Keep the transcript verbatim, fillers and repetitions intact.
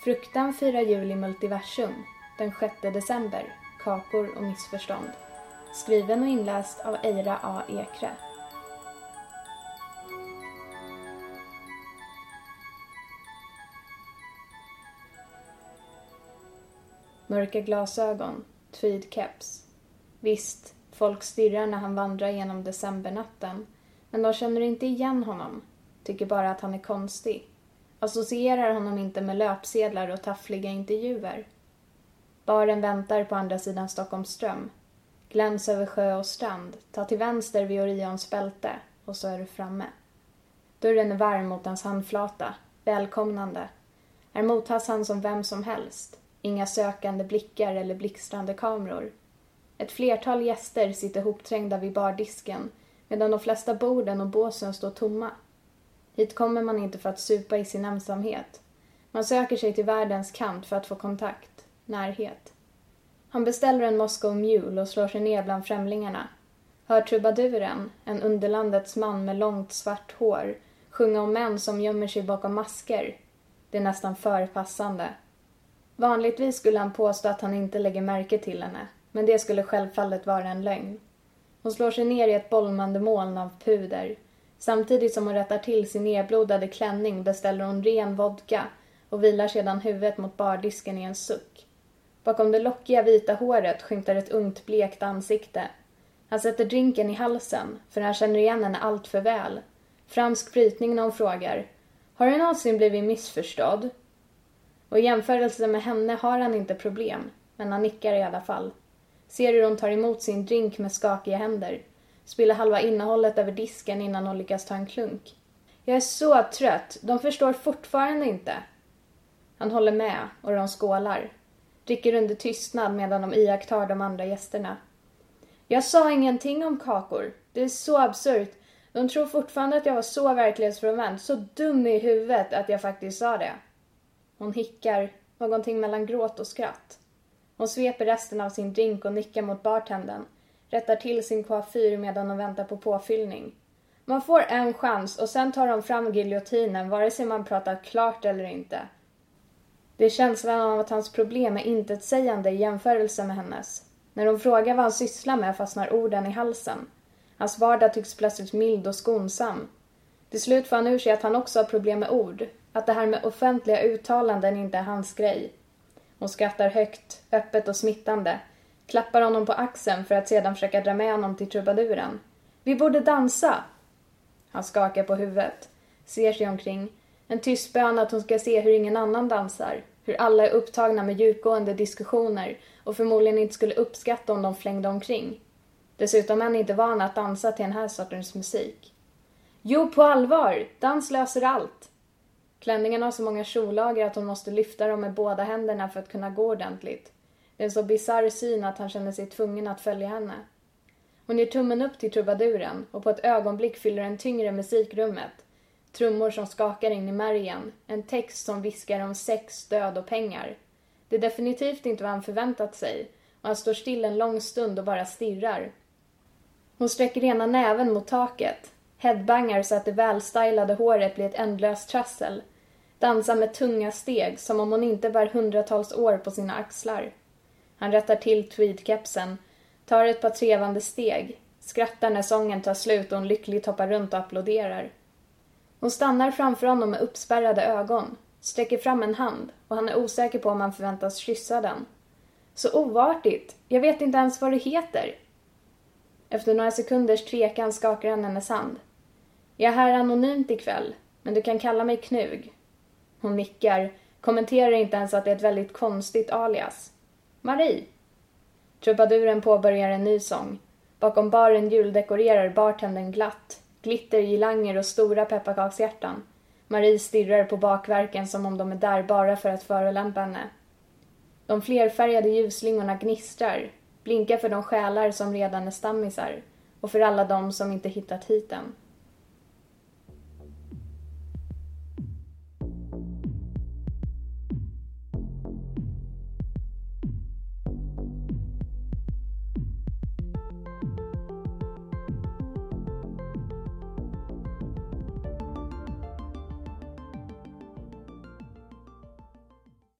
Fruktan firar jul i multiversum, den sjätte december, kakor och missförstånd. Skriven och inläst av Eira A. Ekre. Mörka glasögon, tweedkeps. Visst, folk stirrar när han vandrar genom decembernatten, men de känner inte igen honom, tycker bara att han är konstig. Associerar honom inte med löpsedlar och taffliga intervjuer. Baren väntar på andra sidan Stockholms ström. Gläns över sjö och strand, ta till vänster vid Orions bälte och så är du framme. Dörren är varm mot hans handflata, välkomnande. Är mottas han som vem som helst. Inga sökande blickar eller blixtrande kameror. Ett flertal gäster sitter hopträngda vid bardisken medan de flesta borden och båsen står tomma. Hit kommer man inte för att supa i sin ensamhet. Man söker sig till världens kant för att få kontakt, närhet. Han beställer en Moscow Mule och slår sig ner bland främlingarna. Hör trubaduren, en underlandets man med långt svart hår, sjunga om män som gömmer sig bakom masker. Det är nästan för passande. Vanligtvis skulle han påstå att han inte lägger märke till henne, men det skulle självfallet vara en lögn. Hon slår sig ner i ett bolmande moln av puder. Samtidigt som hon rättar till sin nedblodade klänning beställer hon ren vodka och vilar sedan huvudet mot bardisken i en suck. Bakom det lockiga vita håret skymtar ett ungt blekt ansikte. Han sätter drinken i halsen, för han känner igen henne allt för väl. Fransk brytning när hon frågar: har du någonsin blivit missförstådd? Och i jämförelse med henne har han inte problem, men han nickar i alla fall. Ser hur hon tar emot sin drink med skakiga händer. Spiller halva innehållet över disken innan hon lyckas ta en klunk. Jag är så trött, de förstår fortfarande inte. Han håller med och de skålar. Dricker under tystnad medan de iakttar de andra gästerna. Jag sa ingenting om kakor. Det är så absurt. De tror fortfarande att jag var så verklighetsfrånvänd, så dum i huvudet att jag faktiskt sa det. Hon hickar, någonting mellan gråt och skratt. Hon sveper resten av sin drink och nickar mot bartendern. Rättar till sin coiffyr medan de väntar på påfyllning. Man får en chans och sen tar de fram giljotinen vare sig man pratar klart eller inte. Det är känslan av att hans problem är intetsägande i jämförelse med hennes. När hon frågar vad han sysslar med fastnar orden i halsen. Hans vardag tycks plötsligt mild och skonsam. Till slut får han ur sig att han också har problem med ord. Att det här med offentliga uttalanden inte är hans grej. Hon skrattar högt, öppet och smittande. Klappar honom på axeln för att sedan försöka dra med honom till trubaduren. Vi borde dansa. Han skakar på huvudet. Ser sig omkring. En tyst bön att hon ska se hur ingen annan dansar. Hur alla är upptagna med djupgående diskussioner. Och förmodligen inte skulle uppskatta om de flängde omkring. Dessutom är han inte van att dansa till den här sortens musik. Jo, på allvar. Dans löser allt. Klänningen har så många kjollager att hon måste lyfta dem med båda händerna för att kunna gå ordentligt. Det är en så bizarr syn att han känner sig tvungen att följa henne. Hon ger tummen upp till trubaduren och på ett ögonblick fyller en tyngre musikrummet. Trummor som skakar in i märgen. En text som viskar om sex, död och pengar. Det är definitivt inte vad han förväntat sig och han står still en lång stund och bara stirrar. Hon sträcker ena näven mot taket. Headbangar så att det välstylade håret blir ett ändlöst trassel. Dansar med tunga steg som om hon inte bär hundratals år på sina axlar. Han rättar till tweedkepsen, tar ett par trevande steg, skrattar när sången tar slut och hon lyckligt hoppar runt och applåderar. Hon stannar framför honom med uppspärrade ögon, sträcker fram en hand och han är osäker på om han förväntas kyssa den. Så oartigt, jag vet inte ens vad det heter. Efter några sekunders tvekan skakar han hennes hand. Jag är här anonymt ikväll, men du kan kalla mig Knug. Hon nickar, kommenterar inte ens att det är ett väldigt konstigt alias. Marie. Trubaduren påbörjar en ny sång. Bakom baren juldekorerar bartendern glatt. Glitter, girlanger och stora pepparkakshjärtan. Marie stirrar på bakverken som om de är där bara för att förolämpa henne. De flerfärgade ljusslingorna gnistrar. Blinkar för de själar som redan är stammisar. Och för alla de som inte hittat hit än.